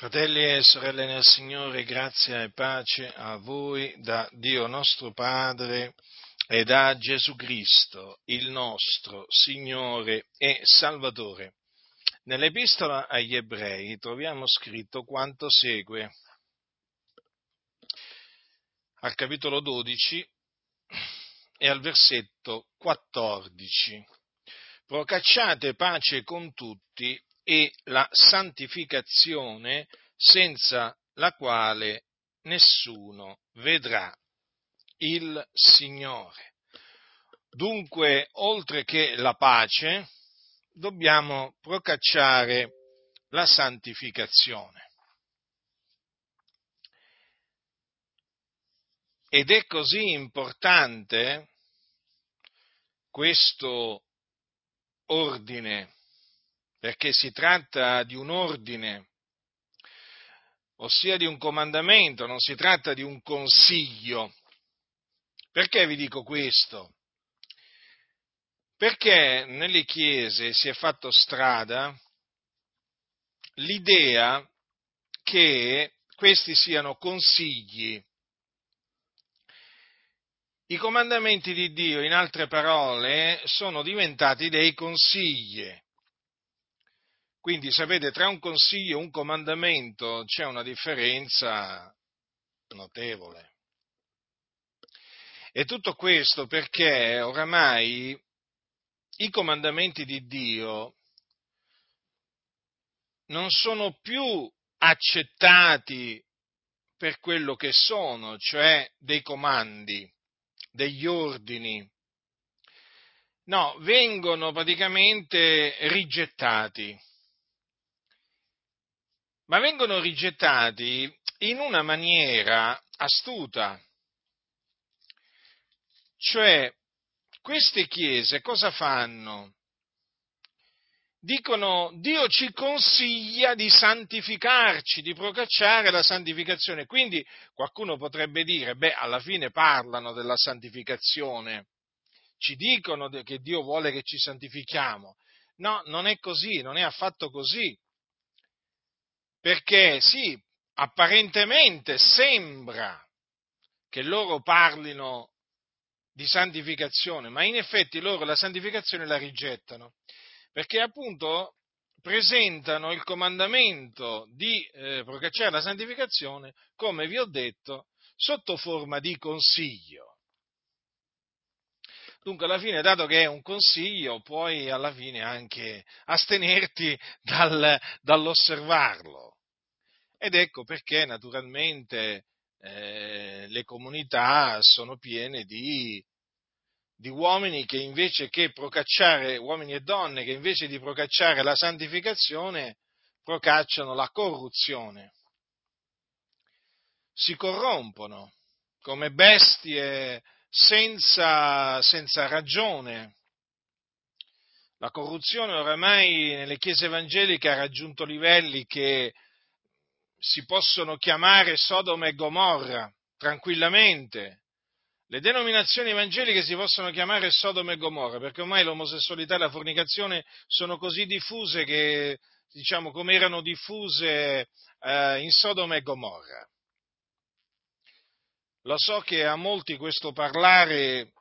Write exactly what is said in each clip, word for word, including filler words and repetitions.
Fratelli e sorelle nel Signore, grazia e pace a voi da Dio nostro Padre e da Gesù Cristo, il nostro Signore e Salvatore. Nell'Epistola agli Ebrei troviamo scritto quanto segue. Al capitolo dodici e al versetto quattordici. Procacciate pace con tutti e la santificazione, senza la quale nessuno vedrà il Signore. Dunque, oltre che la pace, dobbiamo procacciare la santificazione. Ed è così importante questo ordine, perché si tratta di un ordine, ossia di un comandamento, non si tratta di un consiglio. Perché vi dico questo? Perché nelle chiese si è fatto strada l'idea che questi siano consigli. I comandamenti di Dio, in altre parole, sono diventati dei consigli. Quindi sapete, tra un consiglio e un comandamento c'è una differenza notevole. E tutto questo perché oramai i comandamenti di Dio non sono più accettati per quello che sono, cioè dei comandi, degli ordini. No, vengono praticamente rigettati. Ma vengono rigettati in una maniera astuta. Cioè, queste chiese cosa fanno? Dicono, Dio ci consiglia di santificarci, di procacciare la santificazione. Quindi qualcuno potrebbe dire, beh, alla fine parlano della santificazione, ci dicono che Dio vuole che ci santifichiamo. No, non è così, non è affatto così. Perché sì, apparentemente sembra che loro parlino di santificazione, ma in effetti loro la santificazione la rigettano, perché appunto presentano il comandamento di eh, procacciare la santificazione, come vi ho detto, sotto forma di consiglio. Dunque alla fine, dato che è un consiglio, puoi alla fine anche astenerti dal, dall'osservarlo. Ed ecco perché naturalmente eh, le comunità sono piene di, di uomini che invece che procacciare, uomini e donne che invece di procacciare la santificazione, procacciano la corruzione. Si corrompono come bestie senza, senza ragione. La corruzione oramai nelle chiese evangeliche ha raggiunto livelli che si possono chiamare Sodoma e Gomorra, tranquillamente. Le denominazioni evangeliche si possono chiamare Sodoma e Gomorra, perché ormai l'omosessualità e la fornicazione sono così diffuse che, diciamo, come erano diffuse eh, in Sodoma e Gomorra. Lo so che a molti questo parlare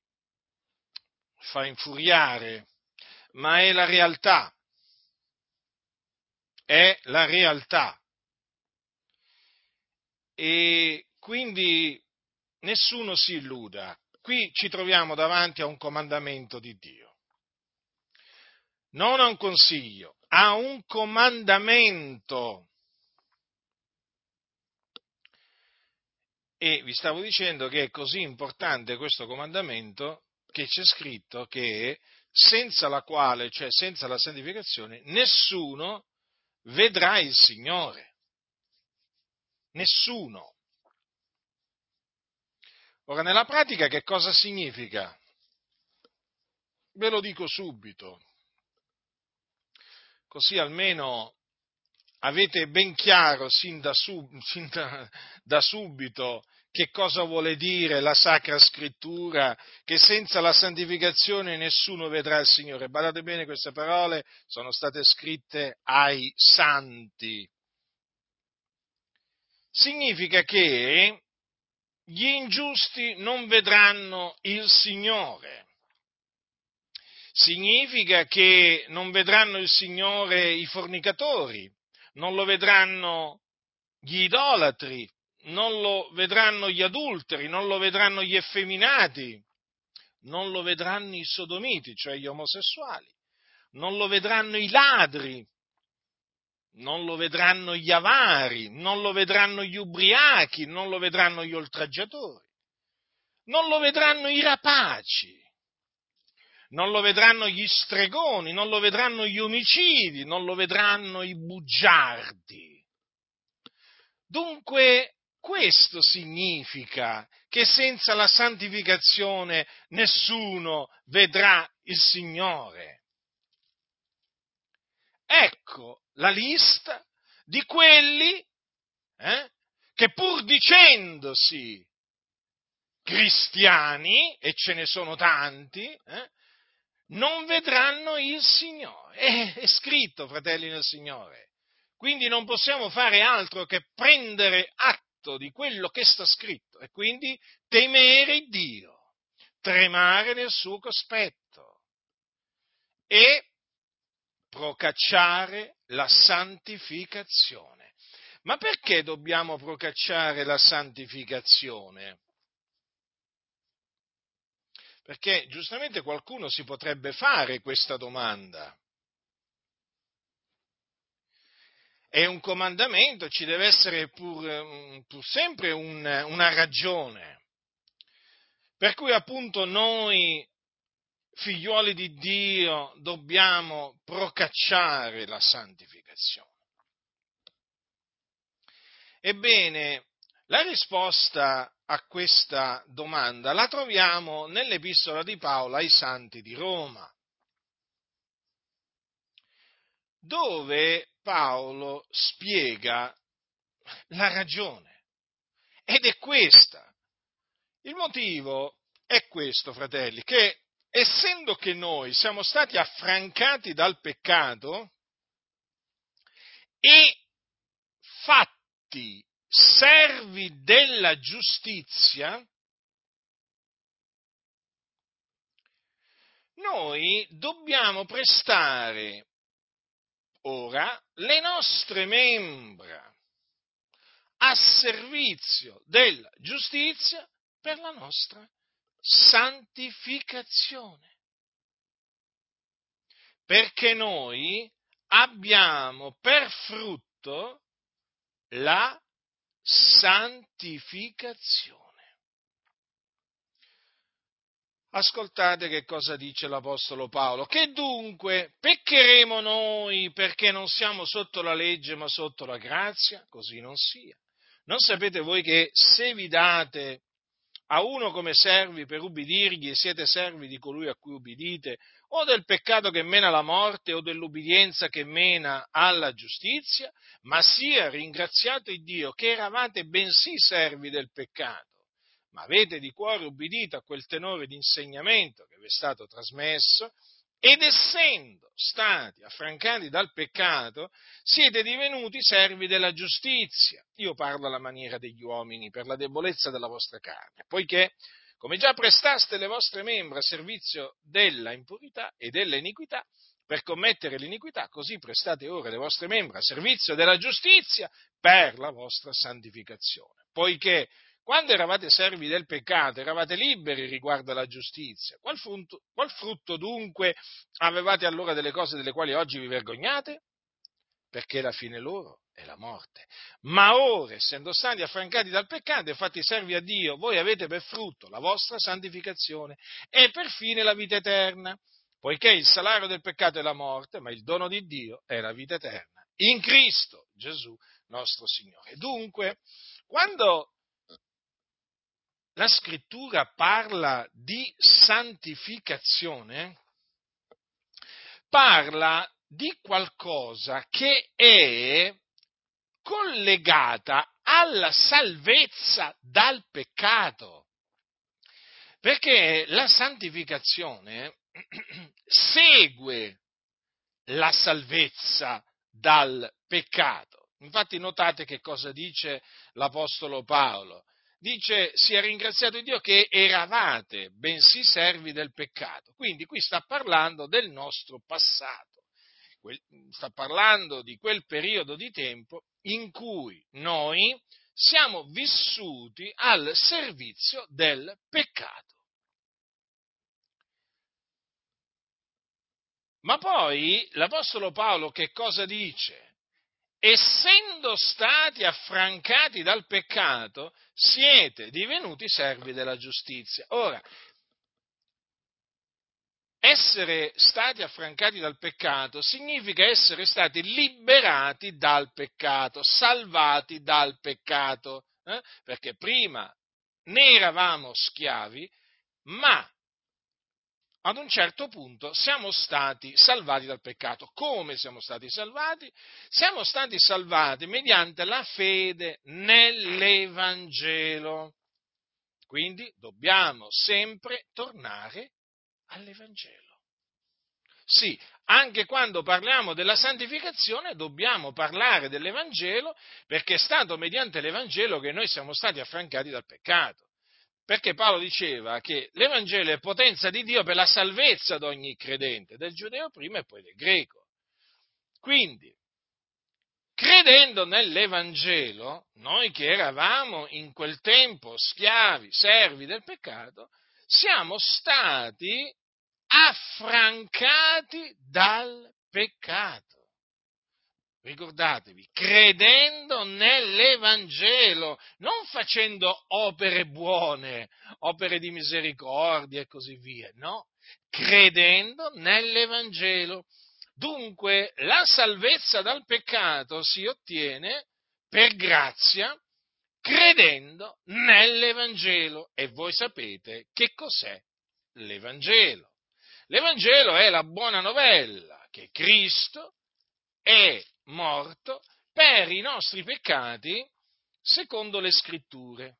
fa infuriare, ma è la realtà. È la realtà. E quindi nessuno si illuda. Qui ci troviamo davanti a un comandamento di Dio. Non a un consiglio, a un comandamento. E vi stavo dicendo che è così importante questo comandamento che c'è scritto che senza la quale, cioè senza la santificazione, nessuno vedrà il Signore. Nessuno. Ora, nella pratica che cosa significa? Ve lo dico subito, così almeno avete ben chiaro sin da, sub, sin da, da subito che cosa vuole dire la Sacra Scrittura, che senza la santificazione nessuno vedrà il Signore. Badate bene, queste parole sono state scritte ai santi, significa che gli ingiusti non vedranno il Signore. Significa che non vedranno il Signore i fornicatori, non lo vedranno gli idolatri, non lo vedranno gli adulteri, non lo vedranno gli effeminati, non lo vedranno i sodomiti, cioè gli omosessuali, non lo vedranno i ladri, non lo vedranno gli avari, non lo vedranno gli ubriachi, non lo vedranno gli oltraggiatori, non lo vedranno i rapaci, non lo vedranno gli stregoni, non lo vedranno gli omicidi, non lo vedranno i bugiardi. Dunque, questo significa che senza la santificazione nessuno vedrà il Signore. Ecco la lista di quelli eh, che pur dicendosi cristiani, e ce ne sono tanti, eh, non vedranno il Signore. È, è scritto, fratelli nel Signore. Quindi non possiamo fare altro che prendere atto di quello che sta scritto e quindi temere Dio, tremare nel suo cospetto e procacciare la santificazione. Ma perché dobbiamo procacciare la santificazione? Perché giustamente qualcuno si potrebbe fare questa domanda. È un comandamento, ci deve essere pur, pur sempre un, una ragione. Per cui appunto noi, figliuoli di Dio, dobbiamo procacciare la santificazione. Ebbene, la risposta a questa domanda la troviamo nell'Epistola di Paolo ai Santi di Roma, dove Paolo spiega la ragione. Ed è questa. Il motivo è questo, fratelli, che essendo che noi siamo stati affrancati dal peccato e fatti servi della giustizia, noi dobbiamo prestare ora le nostre membra a servizio della giustizia per la nostra santificazione. Perché noi abbiamo per frutto la santificazione. Ascoltate che cosa dice l'Apostolo Paolo. Che dunque peccheremo noi perché non siamo sotto la legge ma sotto la grazia? Così non sia. Non sapete voi che se vi date a uno come servi per ubbidirgli e siete servi di colui a cui ubbidite, o del peccato che mena alla morte o dell'ubbidienza che mena alla giustizia, ma sia ringraziato il Dio che eravate bensì servi del peccato, ma avete di cuore ubbidito a quel tenore di insegnamento che vi è stato trasmesso, ed essendo stati affrancati dal peccato, siete divenuti servi della giustizia. Io parlo alla maniera degli uomini, per la debolezza della vostra carne, poiché, come già prestaste le vostre membra a servizio della impurità e della iniquità, per commettere l'iniquità, così prestate ora le vostre membra a servizio della giustizia per la vostra santificazione. Poiché quando eravate servi del peccato, eravate liberi riguardo alla giustizia. Qual frutto, qual frutto dunque avevate allora delle cose delle quali oggi vi vergognate? Perché la fine loro è la morte. Ma ora, essendo stati affrancati dal peccato e fatti servi a Dio, voi avete per frutto la vostra santificazione e per fine la vita eterna, poiché il salario del peccato è la morte, ma il dono di Dio è la vita eterna, in Cristo Gesù nostro Signore. Dunque, quando la scrittura parla di santificazione, parla di qualcosa che è collegata alla salvezza dal peccato, perché la santificazione segue la salvezza dal peccato. Infatti notate che cosa dice l'Apostolo Paolo. Dice, sia ringraziato Dio che eravate bensì servi del peccato. Quindi qui sta parlando del nostro passato, sta parlando di quel periodo di tempo in cui noi siamo vissuti al servizio del peccato. Ma poi l'Apostolo Paolo che cosa dice? Essendo stati affrancati dal peccato, siete divenuti servi della giustizia. Ora, essere stati affrancati dal peccato significa essere stati liberati dal peccato, salvati dal peccato, eh? Perché prima ne eravamo schiavi, ma ad un certo punto siamo stati salvati dal peccato. Come siamo stati salvati? Siamo stati salvati mediante la fede nell'Evangelo. Quindi dobbiamo sempre tornare all'Evangelo. Sì, anche quando parliamo della santificazione dobbiamo parlare dell'Evangelo, perché è stato mediante l'Evangelo che noi siamo stati affrancati dal peccato. Perché Paolo diceva che l'Evangelo è potenza di Dio per la salvezza di ogni credente, del giudeo prima e poi del greco. Quindi, credendo nell'Evangelo, noi che eravamo in quel tempo schiavi, servi del peccato, siamo stati affrancati dal peccato. Ricordatevi, credendo nell'Evangelo, non facendo opere buone, opere di misericordia e così via, no, credendo nell'Evangelo. Dunque, la salvezza dal peccato si ottiene per grazia, credendo nell'Evangelo. E voi sapete che cos'è l'Evangelo. L'Evangelo è la buona novella che Cristo è morto per i nostri peccati secondo le scritture.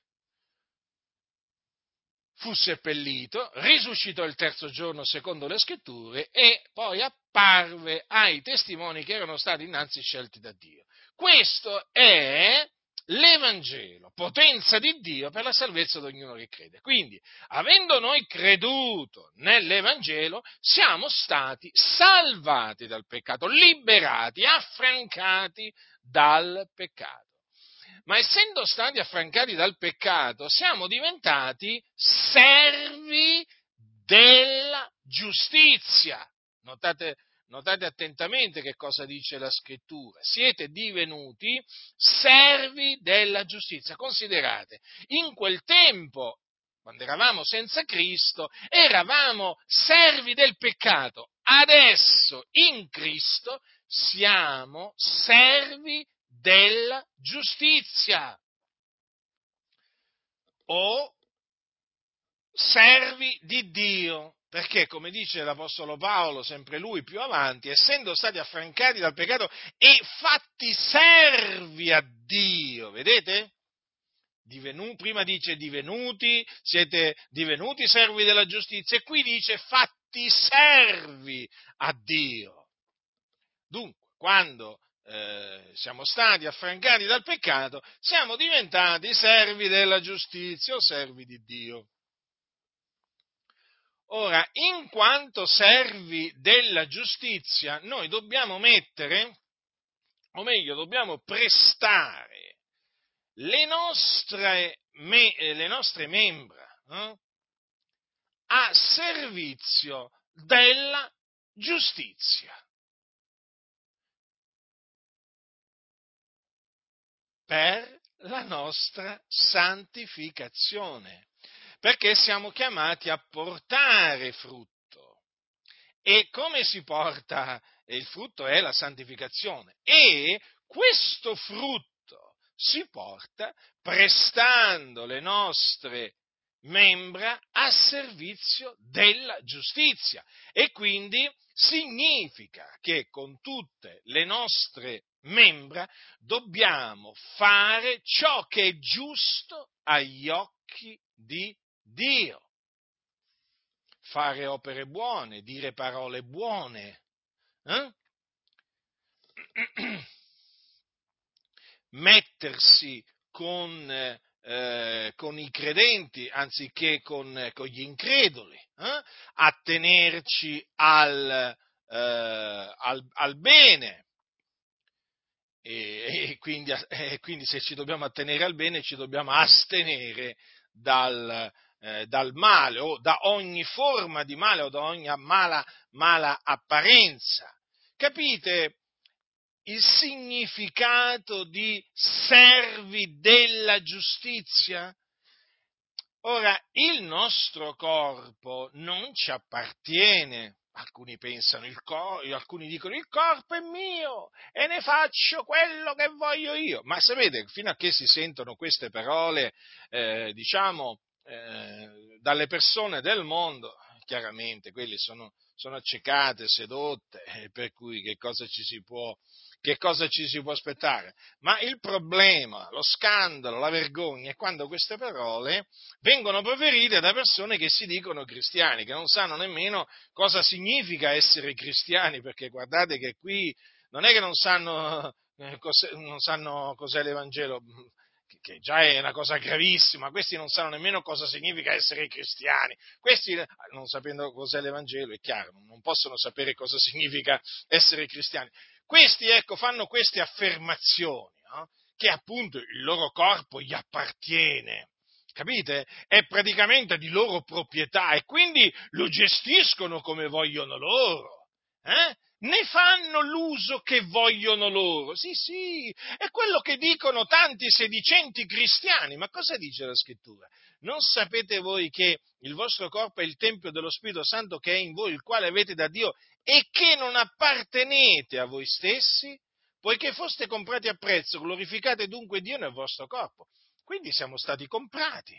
Fu seppellito, risuscitò il terzo giorno secondo le scritture e poi apparve ai testimoni che erano stati innanzi scelti da Dio. Questo è l'Evangelo, potenza di Dio per la salvezza di ognuno che crede. Quindi, avendo noi creduto nell'Evangelo, siamo stati salvati dal peccato, liberati, affrancati dal peccato. Ma essendo stati affrancati dal peccato, siamo diventati servi della giustizia. Notate, notate attentamente che cosa dice la scrittura. Siete divenuti servi della giustizia. Considerate, in quel tempo, quando eravamo senza Cristo, eravamo servi del peccato. Adesso, in Cristo, siamo servi della giustizia o servi di Dio, perché come dice l'Apostolo Paolo, sempre lui più avanti, essendo stati affrancati dal peccato e fatti servi a Dio, vedete? Divenu, prima dice divenuti, siete divenuti servi della giustizia e qui dice fatti servi a Dio. Dunque, quando Eh, siamo stati affrancati dal peccato, siamo diventati servi della giustizia o servi di Dio. Ora, in quanto servi della giustizia, noi dobbiamo mettere, o meglio, dobbiamo prestare le nostre, me, le nostre membra eh, a servizio della giustizia. Per la nostra santificazione, perché siamo chiamati a portare frutto. E come si porta? Il frutto è la santificazione. E questo frutto si porta prestando le nostre membra a servizio della giustizia. E quindi significa che con tutte le nostre membra dobbiamo fare ciò che è giusto agli occhi di Dio. Fare opere buone, dire parole buone. Eh? mettersi con, eh, con i credenti anziché con, con gli increduli, eh? a tenerci al, eh, al, al bene. E, e, quindi, e quindi se ci dobbiamo attenere al bene ci dobbiamo astenere dal, eh, dal male o da ogni forma di male o da ogni mala, mala apparenza. Capite il significato di servi della giustizia? Ora, il nostro corpo non ci appartiene. Alcuni pensano, il cor- alcuni dicono il corpo è mio e ne faccio quello che voglio io. Ma sapete, fino a che si sentono queste parole, eh, diciamo, eh, dalle persone del mondo, chiaramente quelle sono, sono accecate, sedotte, eh, per cui che cosa ci si può, che cosa ci si può aspettare? Ma il problema, lo scandalo, la vergogna è quando queste parole vengono proferite da persone che si dicono cristiani, che non sanno nemmeno cosa significa essere cristiani, perché guardate che qui non è che non sanno, eh, cos'è, non sanno cos'è l'Evangelo, che già è una cosa gravissima, questi non sanno nemmeno cosa significa essere cristiani, questi non sapendo cos'è l'Evangelo, è chiaro, non possono sapere cosa significa essere cristiani. Questi, ecco, fanno queste affermazioni, no? Che appunto il loro corpo gli appartiene, capite? È praticamente di loro proprietà e quindi lo gestiscono come vogliono loro, eh? Ne fanno l'uso che vogliono loro, sì sì, è quello che dicono tanti sedicenti cristiani, ma cosa dice la scrittura? Non sapete voi che il vostro corpo è il tempio dello Spirito Santo che è in voi, il quale avete da Dio e che non appartenete a voi stessi? Poiché foste comprati a prezzo, glorificate dunque Dio nel vostro corpo. Quindi siamo stati comprati.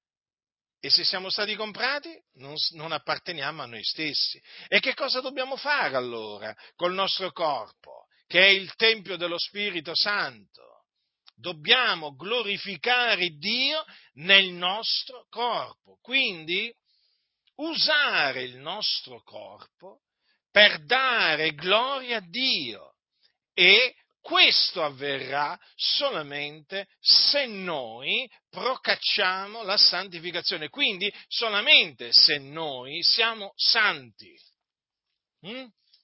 E se siamo stati comprati, non, non apparteniamo a noi stessi. E che cosa dobbiamo fare allora col nostro corpo, che è il Tempio dello Spirito Santo? Dobbiamo glorificare Dio nel nostro corpo. Quindi usare il nostro corpo per dare gloria a Dio. E questo avverrà solamente se noi procacciamo la santificazione, quindi solamente se noi siamo santi. Mm?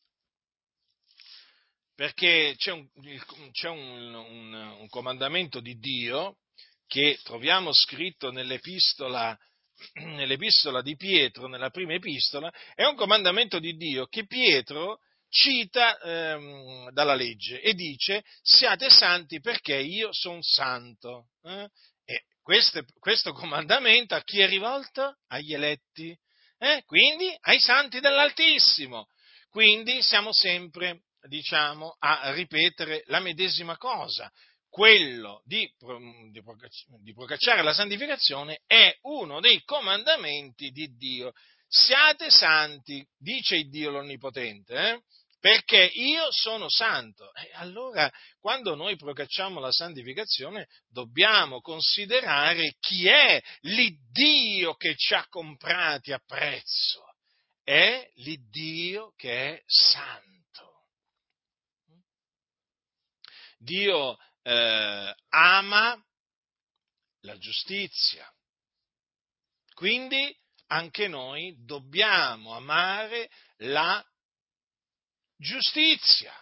Perché c'è, un, c'è un, un, un comandamento di Dio che troviamo scritto nell'epistola, nell'epistola di Pietro, nella prima epistola, è un comandamento di Dio che Pietro cita ehm, dalla legge e dice siate santi perché io sono santo. Eh? E questo, questo comandamento a chi è rivolto? Agli eletti, eh? Quindi ai santi dell'Altissimo. Quindi siamo sempre, diciamo, a ripetere la medesima cosa. Quello di, di, di procacciare la santificazione è uno dei comandamenti di Dio. Siate santi, dice il Dio l'Onnipotente, eh? Perché io sono santo. E allora, quando noi procacciamo la santificazione, dobbiamo considerare chi è l'Iddio che ci ha comprati a prezzo. È l'Iddio che è santo. Dio eh, ama la giustizia, quindi anche noi dobbiamo amare la giustizia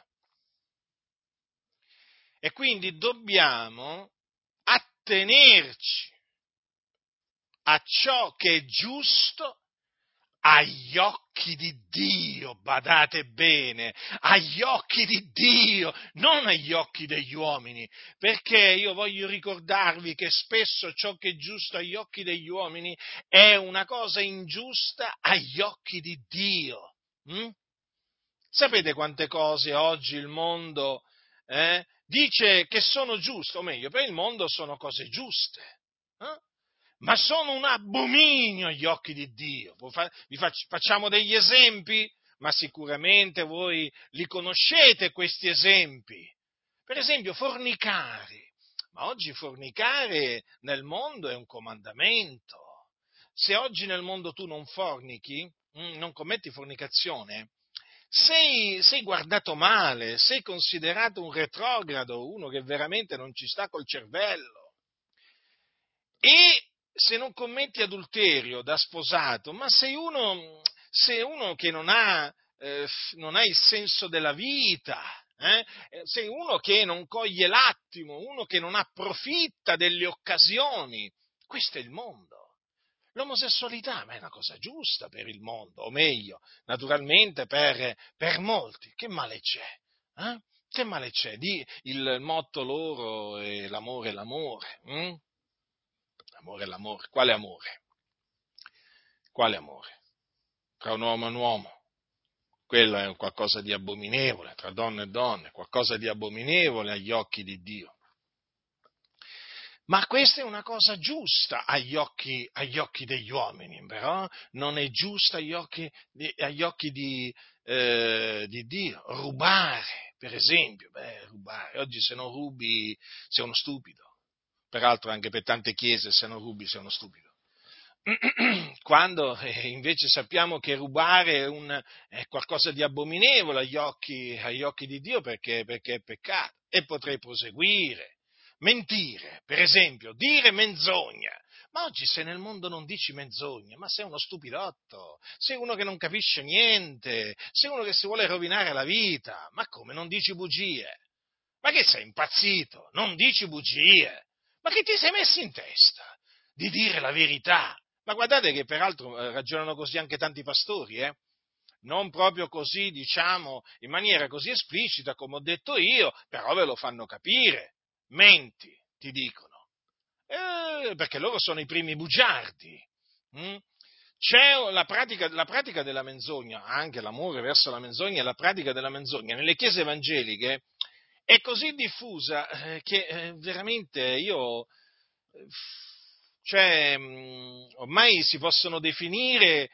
e quindi dobbiamo attenerci a ciò che è giusto agli occhi di Dio, badate bene, agli occhi di Dio, non agli occhi degli uomini, perché io voglio ricordarvi che spesso ciò che è giusto agli occhi degli uomini è una cosa ingiusta agli occhi di Dio. Hm? Sapete quante cose oggi il mondo eh, dice che sono giuste, o meglio, per il mondo sono cose giuste. Eh? Ma sono un abominio agli occhi di Dio. Vi facciamo degli esempi, ma sicuramente voi li conoscete questi esempi. Per esempio, fornicare. Ma oggi fornicare nel mondo è un comandamento. Se oggi nel mondo tu non fornichi, non commetti fornicazione, sei, sei guardato male, sei considerato un retrogrado, uno che veramente non ci sta col cervello. E se non commetti adulterio da sposato, ma sei uno, sei uno che non ha, eh, non ha il senso della vita, eh? Sei uno che non coglie l'attimo, uno che non approfitta delle occasioni. Questo è il mondo. L'omosessualità ma è una cosa giusta per il mondo, o meglio, naturalmente per, per molti. Che male c'è? Eh? Che male c'è? Di, il motto loro è l'amore è l'amore. Hm? L'amore è l'amore. Quale amore? Quale amore? Tra un uomo e un uomo. Quello è qualcosa di abominevole, tra donne e donne, qualcosa di abominevole agli occhi di Dio. Ma questa è una cosa giusta agli occhi, agli occhi degli uomini, però non è giusta agli occhi, di, agli occhi di, eh, di Dio. Rubare, per esempio, beh, rubare. Oggi se non rubi sei uno stupido. Peraltro anche per tante chiese se non rubi sei uno stupido. Quando eh, invece sappiamo che rubare è, un, è qualcosa di abominevole agli occhi, agli occhi di Dio perché, perché è peccato. E potrei proseguire. Mentire, per esempio, dire menzogna. Ma oggi se nel mondo non dici menzogna, ma sei uno stupidotto, sei uno che non capisce niente, sei uno che si vuole rovinare la vita. Ma come non dici bugie? Ma che sei impazzito? Non dici bugie? Ma che ti sei messo in testa di dire la verità? Ma guardate che peraltro eh, ragionano così anche tanti pastori, eh? Non proprio così, diciamo, in maniera così esplicita come ho detto io, però ve lo fanno capire. Menti, ti dicono. Eh, perché loro sono i primi bugiardi. Mm? C'è la pratica, la pratica della menzogna, anche l'amore verso la menzogna e la pratica della menzogna nelle chiese evangeliche è così diffusa eh, che eh, veramente io, eh, cioè, mh, ormai si possono definire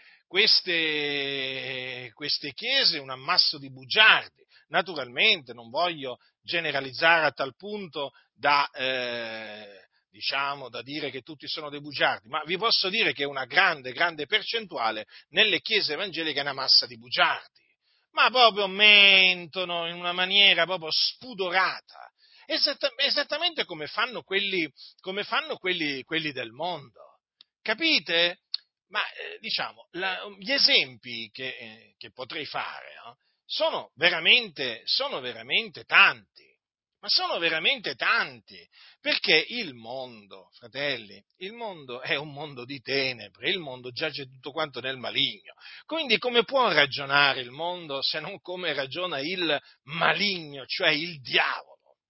queste, queste chiese un ammasso di bugiardi. Naturalmente non voglio generalizzare a tal punto da, eh, diciamo, da dire che tutti sono dei bugiardi, ma vi posso dire che una grande, grande percentuale nelle chiese evangeliche è una massa di bugiardi, ma proprio mentono in una maniera proprio spudorata, esatta, esattamente come fanno quelli, come fanno quelli, quelli del mondo. Capite? Ma eh, diciamo, la, gli esempi che, eh, che potrei fare no? sono, veramente, sono veramente tanti. Ma sono veramente tanti, perché il mondo, fratelli, il mondo è un mondo di tenebre, il mondo giace tutto quanto nel maligno. Quindi come può ragionare il mondo se non come ragiona il maligno, cioè il diavolo?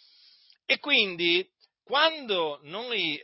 E quindi quando noi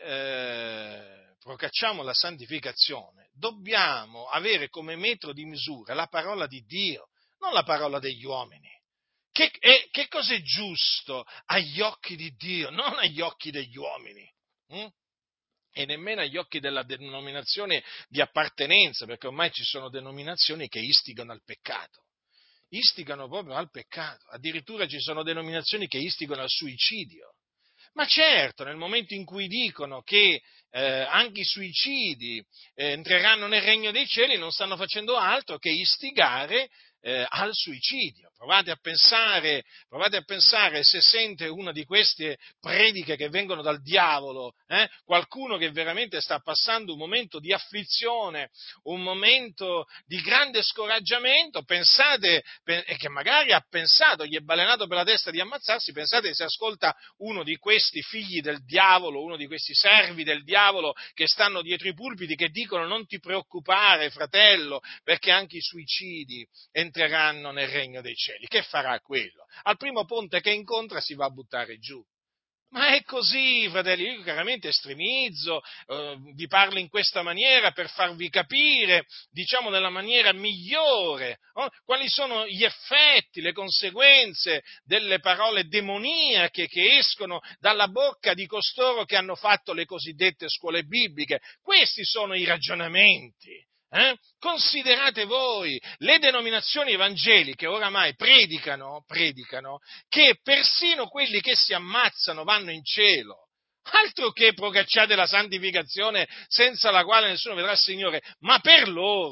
eh, procacciamo la santificazione, dobbiamo avere come metro di misura la parola di Dio, non la parola degli uomini. Che, e, che cosa è giusto agli occhi di Dio, non agli occhi degli uomini? Hm? E nemmeno agli occhi della denominazione di appartenenza, perché ormai ci sono denominazioni che istigano al peccato, istigano proprio al peccato, addirittura ci sono denominazioni che istigano al suicidio. Ma certo, nel momento in cui dicono che eh, anche i suicidi eh, entreranno nel regno dei cieli, non stanno facendo altro che istigare eh, al suicidio. Provate a pensare, provate a pensare se sente una di queste prediche che vengono dal diavolo, eh, qualcuno che veramente sta passando un momento di afflizione, un momento di grande scoraggiamento, pensate, e che magari ha pensato, gli è balenato per la testa di ammazzarsi, pensate se ascolta uno di questi figli del diavolo, uno di questi servi del diavolo che stanno dietro i pulpiti, che dicono non ti preoccupare fratello, perché anche i suicidi entreranno nel regno dei cieli. Che farà quello? Al primo ponte che incontra si va a buttare giù. Ma è così, fratelli, io chiaramente estremizzo, eh, vi parlo in questa maniera per farvi capire, diciamo nella maniera migliore, oh, quali sono gli effetti, le conseguenze delle parole demoniache che escono dalla bocca di costoro che hanno fatto le cosiddette scuole bibliche. Questi sono i ragionamenti. Eh? Considerate voi, le denominazioni evangeliche oramai predicano, predicano che persino quelli che si ammazzano vanno in cielo. Altro che procacciate la santificazione senza la quale nessuno vedrà il Signore, ma per loro,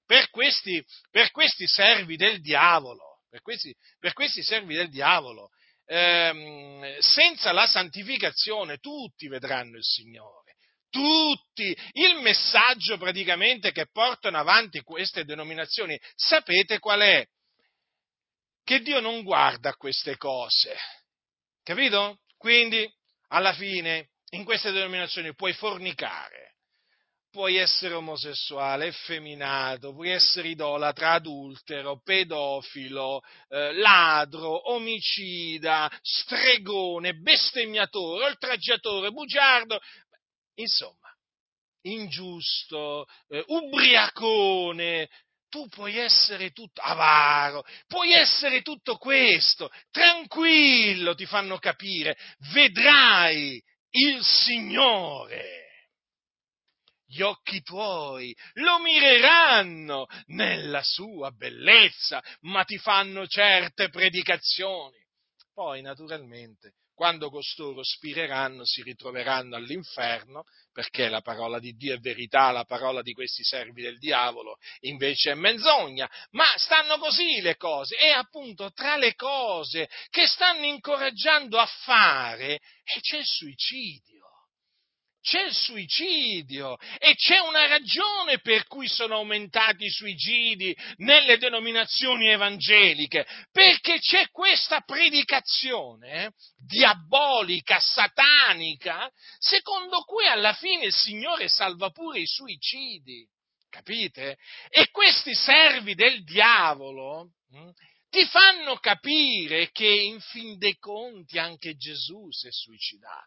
per questi, per questi servi del diavolo, per questi, per questi servi del diavolo. Ehm, senza la santificazione tutti vedranno il Signore, tutti. Il messaggio praticamente che portano avanti queste denominazioni, sapete qual è? Che Dio non guarda a queste cose, capito? Quindi, alla fine, in queste denominazioni puoi fornicare, puoi essere omosessuale, effeminato, puoi essere idolatra, adultero, pedofilo, eh, ladro, omicida, stregone, bestemmiatore, oltraggiatore, bugiardo, insomma, ingiusto, eh, ubriacone. Tu puoi essere tutto, avaro, puoi essere tutto questo, tranquillo, ti fanno capire, vedrai il Signore. Gli occhi tuoi lo mireranno nella sua bellezza, ma ti fanno certe predicazioni. Poi, naturalmente, quando costoro spireranno, si ritroveranno all'inferno, perché la parola di Dio è verità, la parola di questi servi del diavolo invece è menzogna. Ma stanno così le cose, e appunto tra le cose che stanno incoraggiando a fare, e c'è il suicidio. C'è il suicidio e c'è una ragione per cui sono aumentati i suicidi nelle denominazioni evangeliche, perché c'è questa predicazione diabolica, satanica, secondo cui alla fine il Signore salva pure i suicidi, capite? E questi servi del diavolo hm, ti fanno capire che in fin dei conti anche Gesù si è suicidato.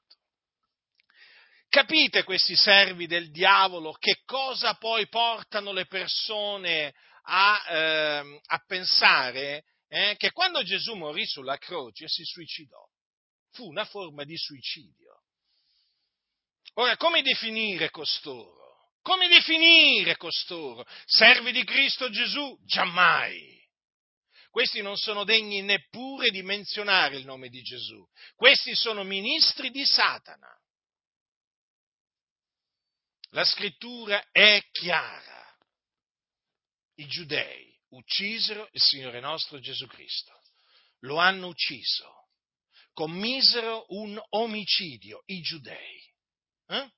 Capite questi servi del diavolo che cosa poi portano le persone a, eh, a pensare? Eh, che quando Gesù morì sulla croce si suicidò. Fu una forma di suicidio. Ora, come definire costoro? Come definire costoro? Servi di Cristo Gesù? Giammai. Questi non sono degni neppure di menzionare il nome di Gesù. Questi sono ministri di Satana. La scrittura è chiara. I giudei uccisero il Signore nostro Gesù Cristo. Lo hanno ucciso. Commisero un omicidio, i giudei. Eh?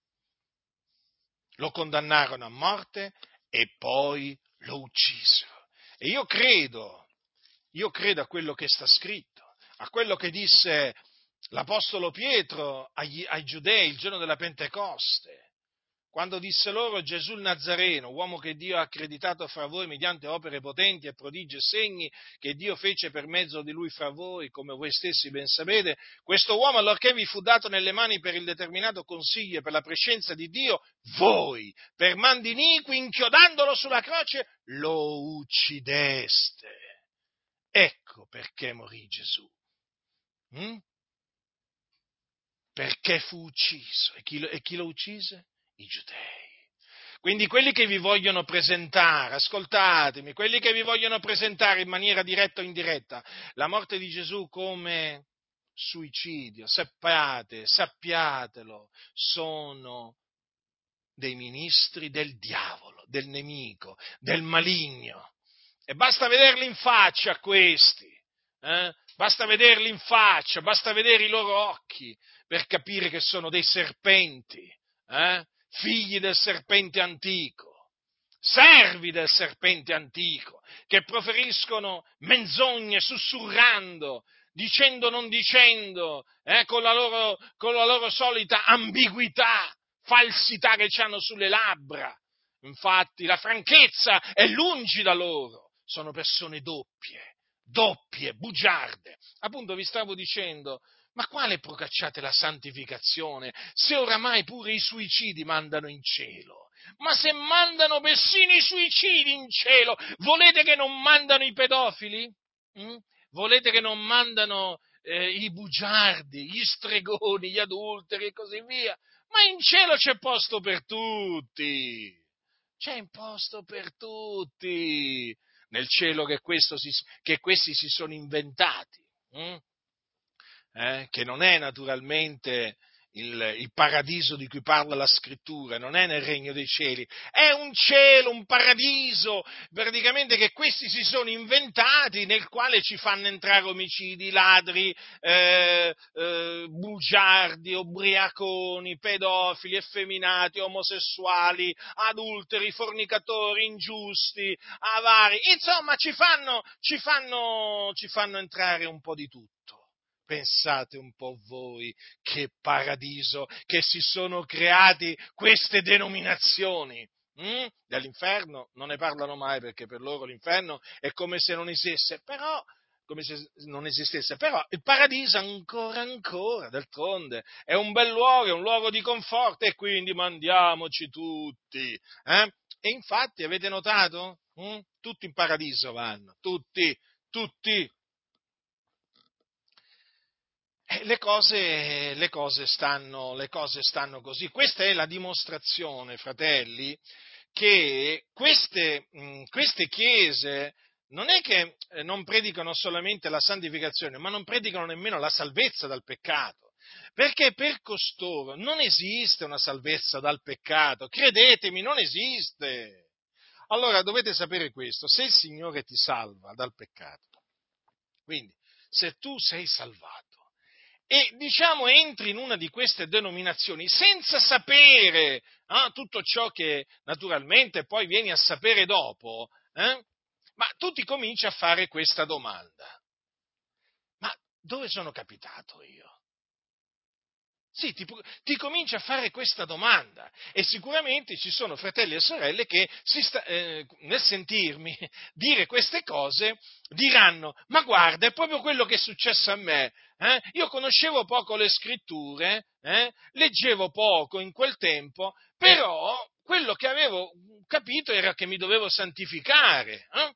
Lo condannarono a morte e poi lo uccisero. E io credo, io credo a quello che sta scritto, a quello che disse l'Apostolo Pietro agli, ai giudei il giorno della Pentecoste. Quando disse loro: Gesù il Nazareno, uomo che Dio ha accreditato fra voi mediante opere potenti e prodigi e segni che Dio fece per mezzo di lui fra voi, come voi stessi ben sapete, questo uomo, allorché vi fu dato nelle mani per il determinato consiglio e per la prescenza di Dio, voi, per mandi iniqui, inchiodandolo sulla croce, lo uccideste. Ecco perché morì Gesù. Hm? Perché fu ucciso. E chi lo, e chi lo uccise? I giudei. Quindi quelli che vi vogliono presentare, ascoltatemi, quelli che vi vogliono presentare in maniera diretta o indiretta la morte di Gesù come suicidio, sappiate, sappiatelo, sono dei ministri del diavolo, del nemico, del maligno. E basta vederli in faccia a questi, eh? Basta vederli in faccia, basta vedere i loro occhi per capire che sono dei serpenti, eh? Figli del serpente antico, servi del serpente antico, che proferiscono menzogne sussurrando, dicendo non dicendo, eh? con, la loro, con la loro solita ambiguità, falsità che hanno sulle labbra. Infatti la franchezza è lungi da loro, sono persone doppie, doppie, bugiarde. Appunto vi stavo dicendo, ma quale procacciate la santificazione, se oramai pure i suicidi mandano in cielo? Ma se mandano persino i suicidi in cielo, volete che non mandano i pedofili? Mm? Volete che non mandano eh, i bugiardi, gli stregoni, gli adulteri e così via? Ma in cielo c'è posto per tutti, c'è posto per tutti, nel cielo che, questo si, che questi si sono inventati. Mm? Eh, che non è naturalmente il, il paradiso di cui parla la scrittura, non è nel regno dei cieli, è un cielo, un paradiso, praticamente che questi si sono inventati, nel quale ci fanno entrare omicidi, ladri, eh, eh, bugiardi, ubriaconi, pedofili, effeminati, omosessuali, adulteri, fornicatori, ingiusti, avari, insomma ci fanno, ci fanno, ci fanno entrare un po' di tutto. Pensate un po' voi che paradiso che si sono creati queste denominazioni. Mm? Dall'inferno non ne parlano mai, perché per loro l'inferno è come se non esistesse, però, come se non esistesse, però il paradiso ancora ancora, d'altronde è un bel luogo, è un luogo di conforto, e quindi mandiamoci tutti. Eh? E infatti avete notato? Mm? Tutti in paradiso vanno, tutti, tutti. Eh, Le cose, le cose stanno, le cose stanno così. Questa è la dimostrazione, fratelli, che queste, mh, queste chiese non è che eh, non predicano solamente la santificazione, ma non predicano nemmeno la salvezza dal peccato. Perché per costoro non esiste una salvezza dal peccato, credetemi, non esiste. Allora dovete sapere questo: se il Signore ti salva dal peccato, quindi se tu sei salvato, e diciamo entri in una di queste denominazioni senza sapere eh, tutto ciò che naturalmente poi vieni a sapere dopo, eh, ma tu ti cominci a fare questa domanda: ma dove sono capitato io? Sì, ti, ti cominci a fare questa domanda, e sicuramente ci sono fratelli e sorelle che si sta, eh, nel sentirmi dire queste cose diranno: ma guarda, è proprio quello che è successo a me. Eh? Io conoscevo poco le scritture, eh? Leggevo poco in quel tempo, però quello che avevo capito era che mi dovevo santificare. Eh?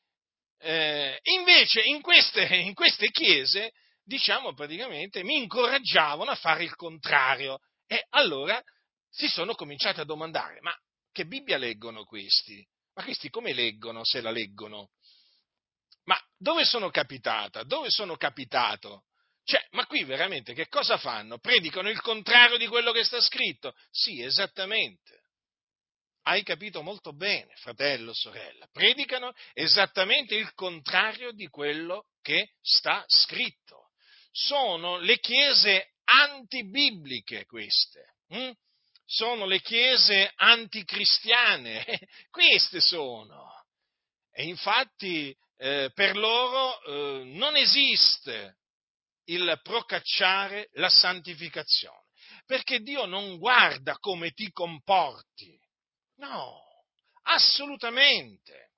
Eh, invece in queste, in queste chiese, diciamo praticamente, mi incoraggiavano a fare il contrario, e allora si sono cominciati a domandare: ma che Bibbia leggono questi? Ma questi come leggono, se la leggono? Ma dove sono capitata? Dove sono capitato? Cioè, ma qui veramente che cosa fanno? Predicano il contrario di quello che sta scritto? Sì, esattamente. Hai capito molto bene, fratello, sorella. Predicano esattamente il contrario di quello che sta scritto. Sono le chiese antibibliche queste. Hm? Sono le chiese anticristiane. Queste sono. E infatti eh, per loro eh, non esiste il procacciare la santificazione, perché Dio non guarda come ti comporti. No, assolutamente.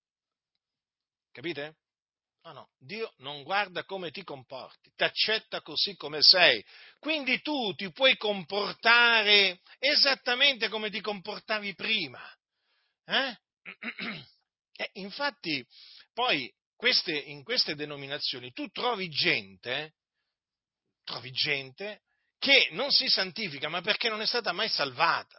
Capite? No, no, Dio non guarda come ti comporti, ti accetta così come sei. Quindi tu ti puoi comportare esattamente come ti comportavi prima. Eh? E infatti, poi, queste, in queste denominazioni tu trovi gente, trovi gente che non si santifica, ma perché non è stata mai salvata.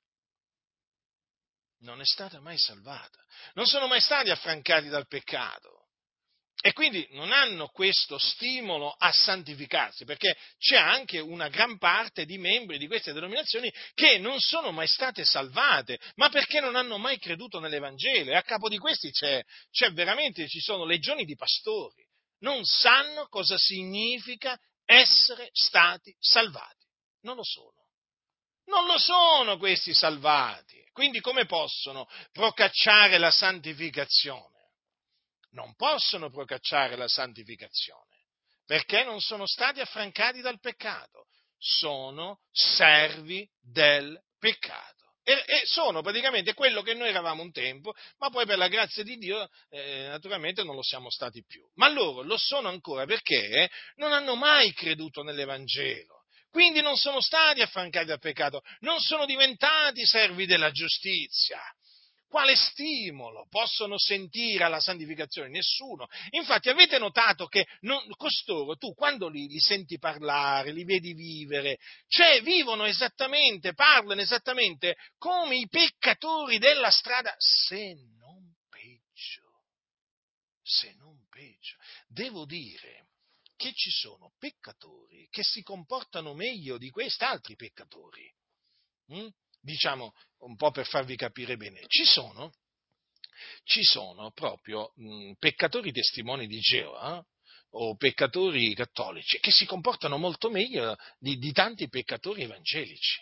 Non è stata mai salvata, non sono mai stati affrancati dal peccato, e quindi non hanno questo stimolo a santificarsi, perché c'è anche una gran parte di membri di queste denominazioni che non sono mai state salvate, ma perché non hanno mai creduto nell'Evangelo, e a capo di questi c'è, c'è veramente, ci sono legioni di pastori, non sanno cosa significa essere stati salvati, non lo sono. Non lo sono questi salvati. Quindi come possono procacciare la santificazione? Non possono procacciare la santificazione, perché non sono stati affrancati dal peccato. Sono servi del peccato. E, e sono praticamente quello che noi eravamo un tempo, ma poi per la grazia di Dio eh, naturalmente non lo siamo stati più. Ma loro lo sono ancora perché non hanno mai creduto nell'Evangelo. Quindi non sono stati affrancati dal peccato, non sono diventati servi della giustizia. Quale stimolo possono sentire alla santificazione? Nessuno. Infatti avete notato che non, costoro, tu quando li, li senti parlare, li vedi vivere, cioè vivono esattamente, parlano esattamente come i peccatori della strada, se non peggio. Se non peggio. Devo dire che ci sono peccatori che si comportano meglio di quest'altri peccatori. Mm? Diciamo, un po' per farvi capire bene, ci sono, ci sono proprio mh, peccatori testimoni di Geova, eh? O peccatori cattolici che si comportano molto meglio di, di tanti peccatori evangelici.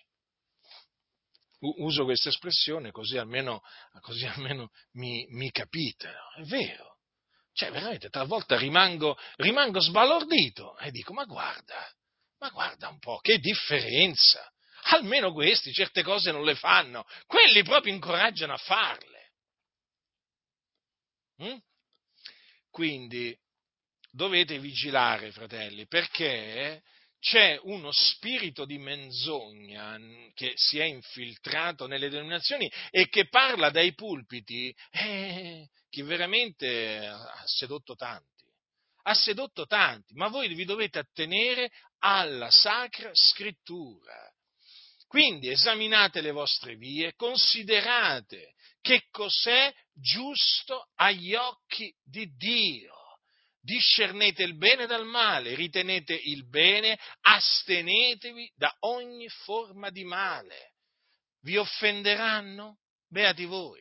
Uso questa espressione così almeno, così almeno mi, mi capite, no? È vero. Cioè, veramente, talvolta rimango, rimango sbalordito e dico, ma guarda, ma guarda un po', che differenza! Almeno questi certe cose non le fanno, quelli proprio incoraggiano a farle. Mm? Quindi dovete vigilare, fratelli, perché c'è uno spirito di menzogna che si è infiltrato nelle denominazioni e che parla dai pulpiti, eh, che veramente ha sedotto tanti. Ha sedotto tanti, ma voi vi dovete attenere alla Sacra Scrittura. Quindi esaminate le vostre vie, considerate che cos'è giusto agli occhi di Dio. Discernete il bene dal male, ritenete il bene, astenetevi da ogni forma di male. Vi offenderanno? Beati voi.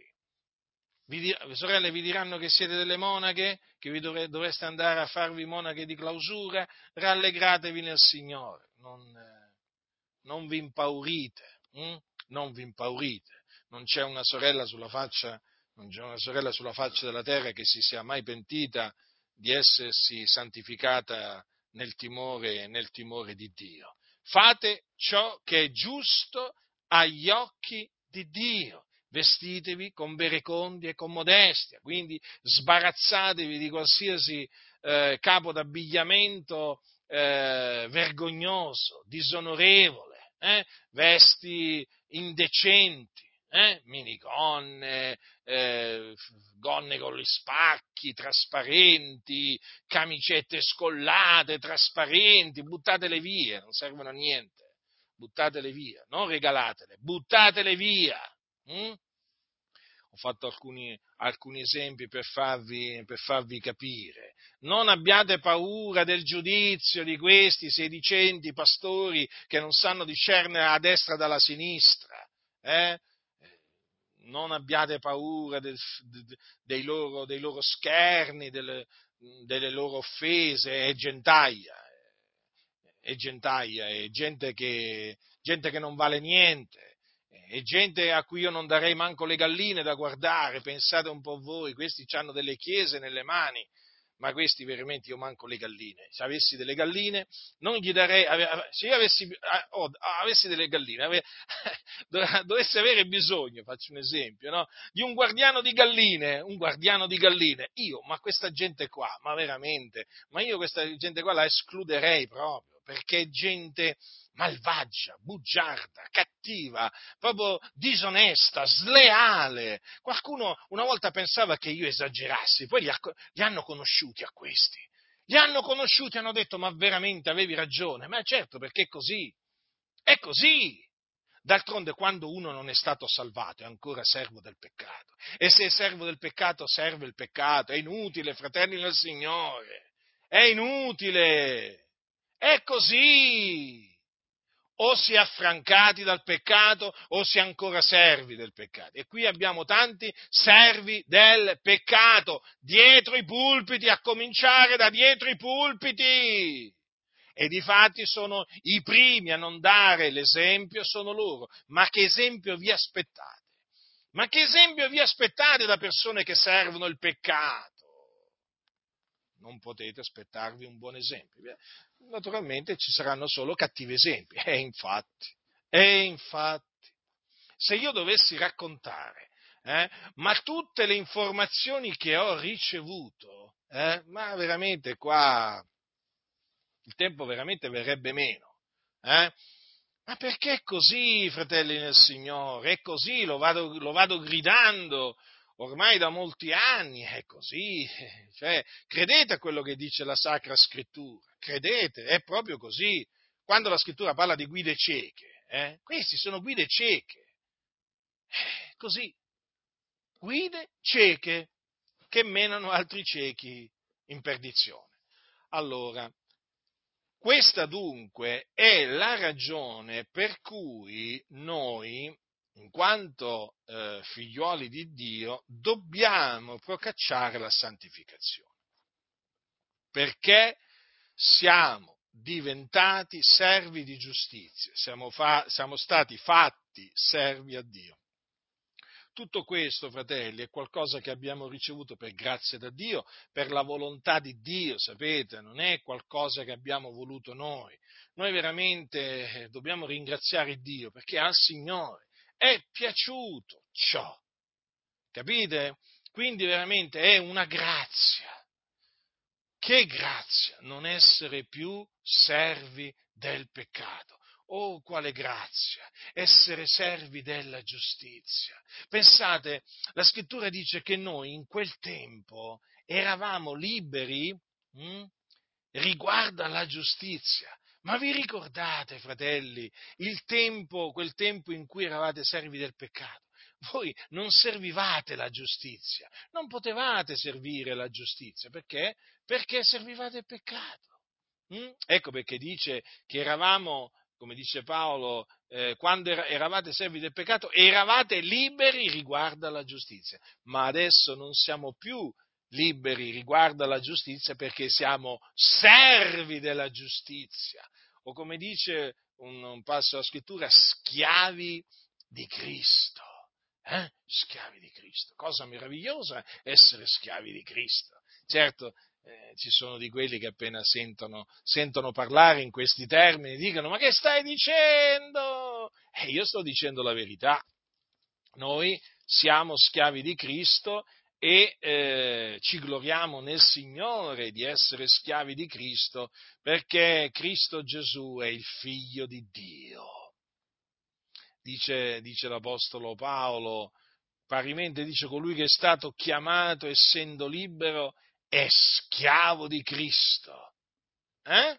Vi dir- sorelle vi diranno che siete delle monache, che vi dovre- dovreste andare a farvi monache di clausura, rallegratevi nel Signore, non, eh, non vi impaurite, hm? non vi impaurite, non c'è una sorella sulla faccia, non c'è una sorella sulla faccia della terra che si sia mai pentita di essersi santificata nel timore, nel timore di Dio. Fate ciò che è giusto agli occhi di Dio. Vestitevi con verecondia e con modestia, quindi sbarazzatevi di qualsiasi eh, capo d'abbigliamento eh, vergognoso, disonorevole, eh, vesti indecenti, eh, minigonne, eh, gonne con gli spacchi, trasparenti, camicette scollate, trasparenti, buttatele via, non servono a niente, buttatele via, non regalatele, buttatele via. Mm? Ho fatto alcuni, alcuni esempi per farvi, per farvi capire. Non abbiate paura del giudizio di questi sedicenti pastori che non sanno discernere la destra dalla sinistra. Eh? Non abbiate paura del, de, dei, loro, dei loro scherni, delle, delle loro offese, è gentaglia, è gentaglia, è gente che, gente che non vale niente. E gente a cui io non darei manco le galline da guardare, pensate un po' voi, questi hanno delle chiese nelle mani, ma questi veramente io manco le galline, se avessi delle galline non gli darei, se io avessi, oh, avessi delle galline, ave, dovessi avere bisogno, faccio un esempio, no? Di un guardiano di galline, un guardiano di galline, io, ma questa gente qua, ma veramente, ma io questa gente qua la escluderei proprio, perché è gente malvagia, bugiarda, cattiva, proprio disonesta, sleale. Qualcuno una volta pensava che io esagerassi, poi li, ha, li hanno conosciuti a questi. Li hanno conosciuti e hanno detto, ma veramente avevi ragione. Ma certo, perché è così. È così. D'altronde, quando uno non è stato salvato, è ancora servo del peccato. E se è servo del peccato, serve il peccato. È inutile, fratelli nel Signore. È inutile. È così. O si è affrancati dal peccato o si è ancora servi del peccato. E qui abbiamo tanti servi del peccato, dietro i pulpiti, a cominciare da dietro i pulpiti. E difatti sono i primi a non dare l'esempio, sono loro. Ma che esempio vi aspettate? Ma che esempio vi aspettate da persone che servono il peccato? Non potete aspettarvi un buon esempio. Naturalmente ci saranno solo cattivi esempi. E infatti, e infatti, se io dovessi raccontare, eh, ma tutte le informazioni che ho ricevuto, eh, ma veramente qua il tempo veramente verrebbe meno. Eh? Ma perché è così, fratelli nel Signore? È così, lo vado, lo vado gridando ormai da molti anni, è così. Cioè, credete a quello che dice la Sacra Scrittura, credete, è proprio così. Quando la Scrittura parla di guide cieche, eh, questi sono guide cieche, eh, così, guide cieche che menano altri ciechi in perdizione. Allora, Questa dunque è la ragione per cui noi, in quanto eh, figliuoli di Dio, dobbiamo procacciare la santificazione, perché siamo diventati servi di giustizia, siamo, fa- siamo stati fatti servi a Dio. Tutto questo, fratelli, è qualcosa che abbiamo ricevuto per grazia da Dio, per la volontà di Dio, sapete, non è qualcosa che abbiamo voluto noi. Noi veramente eh, dobbiamo ringraziare Dio perché al Signore è piaciuto ciò, capite? Quindi veramente è una grazia. Che grazia non essere più servi del peccato. Oh, quale grazia essere servi della giustizia. Pensate, la scrittura dice che noi in quel tempo eravamo liberi hm, riguardo alla giustizia. Ma vi ricordate, fratelli, il tempo, quel tempo in cui eravate servi del peccato? Voi non servivate la giustizia, non potevate servire la giustizia, perché? Perché servivate il peccato. Mm? Ecco perché dice che eravamo, come dice Paolo, eh, quando era- eravate servi del peccato, eravate liberi riguardo alla giustizia, ma adesso non siamo più liberi riguardo alla giustizia perché siamo servi della giustizia, o come dice un, un passo della scrittura, schiavi di Cristo. Eh? Schiavi di Cristo, cosa meravigliosa essere schiavi di Cristo. Certo, eh, ci sono di quelli che appena sentono, sentono parlare in questi termini dicono: ma che stai dicendo? E io sto dicendo la verità. Noi siamo schiavi di Cristo e eh, ci gloriamo nel Signore di essere schiavi di Cristo perché Cristo Gesù è il Figlio di Dio. Dice, dice l'Apostolo Paolo, parimente dice: colui che è stato chiamato essendo libero è schiavo di Cristo. Eh?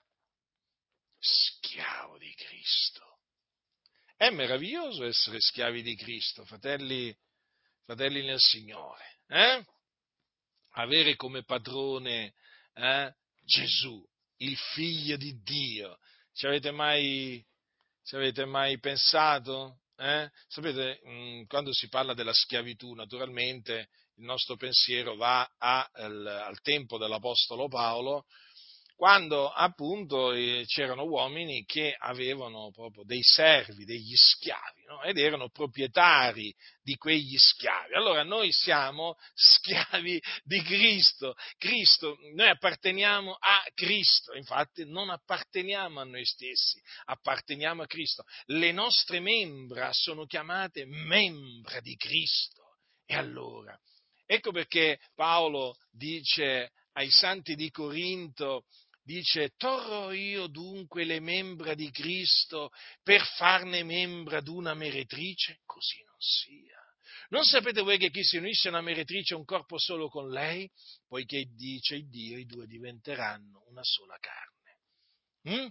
Schiavo di Cristo. È meraviglioso essere schiavi di Cristo, fratelli, fratelli nel Signore. Eh? Avere come padrone eh, Gesù, il Figlio di Dio. Ci avete mai, ci avete mai pensato? Eh? Sapete, mh, quando si parla della schiavitù, naturalmente il nostro pensiero va a, al, al tempo dell'Apostolo Paolo, quando appunto eh, c'erano uomini che avevano proprio dei servi, degli schiavi, no? Ed erano proprietari di quegli schiavi. Allora noi siamo schiavi di Cristo. Cristo, noi apparteniamo a Cristo, infatti non apparteniamo a noi stessi, apparteniamo a Cristo. Le nostre membra sono chiamate membra di Cristo. E allora, ecco perché Paolo dice ai santi di Corinto, dice: torrò io dunque le membra di Cristo per farne membra d'una meretrice? Così non sia. Non sapete voi che chi si unisce a una meretrice è un corpo solo con lei? Poiché dice Dio, i due diventeranno una sola carne. Mm?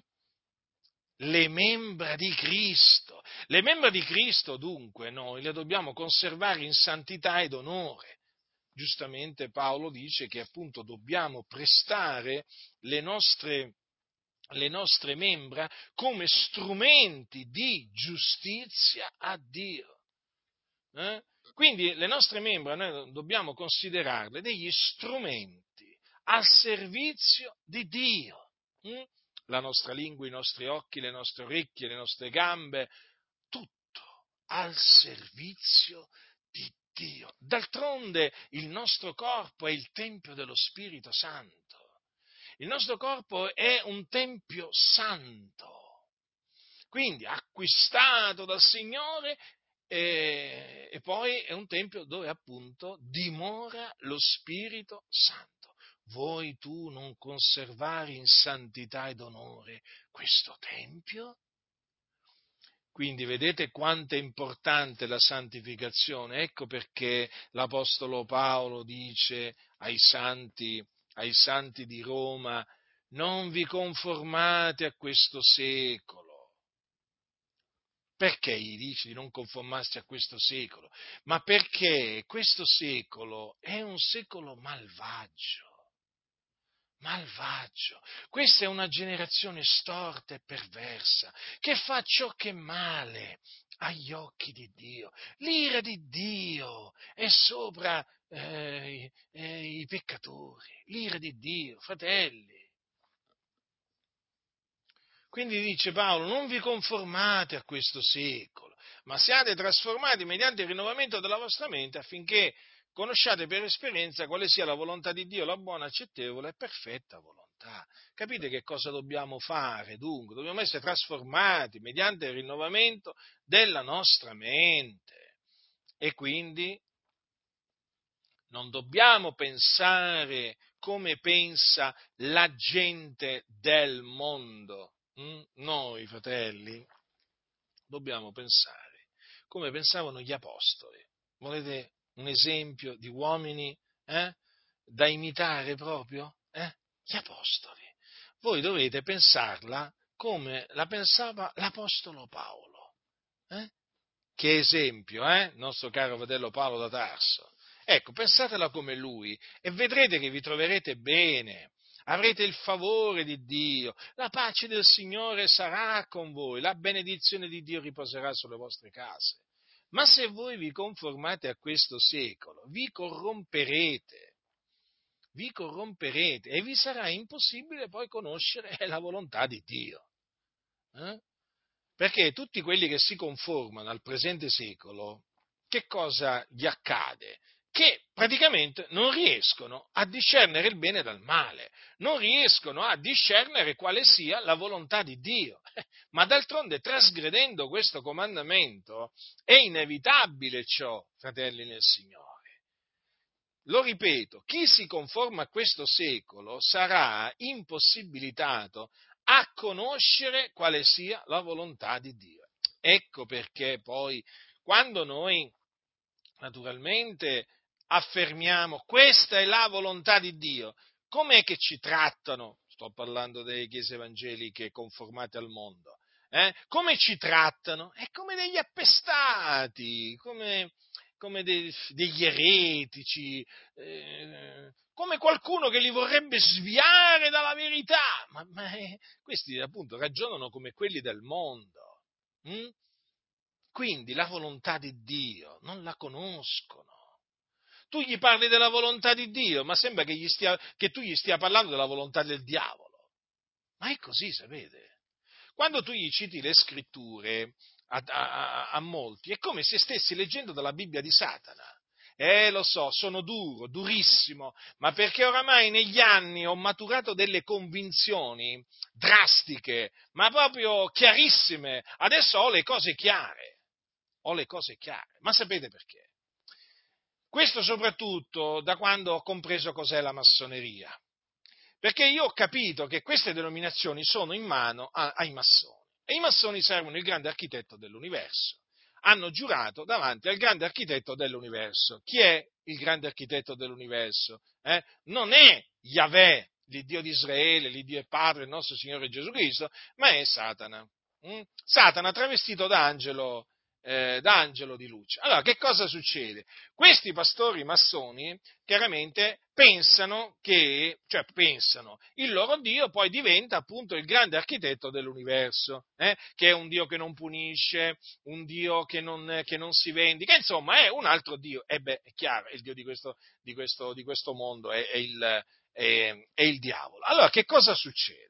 Le membra di Cristo. Le membra di Cristo, dunque, noi le dobbiamo conservare in santità ed onore. Giustamente Paolo dice che appunto dobbiamo prestare le nostre, le nostre membra come strumenti di giustizia a Dio. Eh? Quindi le nostre membra noi dobbiamo considerarle degli strumenti al servizio di Dio. Mm? La nostra lingua, i nostri occhi, le nostre orecchie, le nostre gambe, tutto al servizio di Dio. D'altronde il nostro corpo è il tempio dello Spirito Santo. Il nostro corpo è un tempio santo, quindi acquistato dal Signore, e, e poi è un tempio dove appunto dimora lo Spirito Santo. Vuoi tu non conservare in santità ed onore questo tempio? Quindi vedete quanto è importante la santificazione. Ecco perché l'Apostolo Paolo dice ai santi, ai santi di Roma: non vi conformate a questo secolo. Perché gli dice di non conformarsi a questo secolo? Ma perché questo secolo è un secolo malvagio. malvagio. Questa è una generazione storta e perversa, che fa ciò che è male agli occhi di Dio. L'ira di Dio è sopra eh, eh, i peccatori. L'ira di Dio, fratelli. Quindi dice Paolo, non vi conformate a questo secolo, ma siate trasformati mediante il rinnovamento della vostra mente affinché conosciate per esperienza quale sia la volontà di Dio, la buona, accettevole e perfetta volontà. Capite che cosa dobbiamo fare? Dunque, dobbiamo essere trasformati mediante il rinnovamento della nostra mente. E quindi non dobbiamo pensare come pensa la gente del mondo. Mm? Noi, fratelli, dobbiamo pensare come pensavano gli apostoli. Volete un esempio di uomini eh? da imitare proprio? Eh? Gli apostoli. Voi dovete pensarla come la pensava l'apostolo Paolo. Eh? Che esempio, eh? Il nostro caro fratello Paolo da Tarso. Ecco, pensatela come lui e vedrete che vi troverete bene, avrete il favore di Dio, la pace del Signore sarà con voi, la benedizione di Dio riposerà sulle vostre case. Ma se voi vi conformate a questo secolo, vi corromperete, vi corromperete e vi sarà impossibile poi conoscere la volontà di Dio. Eh? Perché tutti quelli che si conformano al presente secolo, che cosa gli accade? Che praticamente non riescono a discernere il bene dal male, non riescono a discernere quale sia la volontà di Dio. Ma d'altronde, trasgredendo questo comandamento, è inevitabile ciò, fratelli nel Signore. Lo ripeto, chi si conforma a questo secolo sarà impossibilitato a conoscere quale sia la volontà di Dio. Ecco perché poi, quando noi naturalmente affermiamo questa è la volontà di Dio, com'è che ci trattano? Sto parlando delle chiese evangeliche conformate al mondo. Eh? Come ci trattano? È come degli appestati, come, come de, degli eretici, eh, come qualcuno che li vorrebbe sviare dalla verità. Ma, ma eh, questi appunto ragionano come quelli del mondo. Hm? Quindi la volontà di Dio non la conoscono. Tu gli parli della volontà di Dio, ma sembra che, gli stia, che tu gli stia parlando della volontà del diavolo. Ma è così, sapete? Quando tu gli citi le scritture a, a, a molti, è come se stessi leggendo dalla Bibbia di Satana. Eh, lo so, sono duro, durissimo, ma perché oramai negli anni ho maturato delle convinzioni drastiche, ma proprio chiarissime. Adesso ho le cose chiare. Ho le cose chiare. Ma sapete perché? Questo soprattutto da quando ho compreso cos'è la massoneria. Perché io ho capito che queste denominazioni sono in mano a, ai massoni. E i massoni servono il grande architetto dell'universo. Hanno giurato davanti al grande architetto dell'universo. Chi è il grande architetto dell'universo? Eh? Non è Yahweh, l'Iddio di Israele, l'Iddio e Padre, il nostro Signore Gesù Cristo, ma è Satana. Mm? Satana travestito d'angelo, eh, d'angelo di luce. Allora, che cosa succede? Questi pastori massoni chiaramente pensano che, cioè pensano, il loro Dio poi diventa appunto il grande architetto dell'universo, eh? Che è un Dio che non punisce, un Dio che non, che non si vendica, insomma è un altro Dio. E beh, è chiaro, è il Dio di questo, di questo, di questo mondo, è, è, il, è, è il diavolo. Allora, che cosa succede?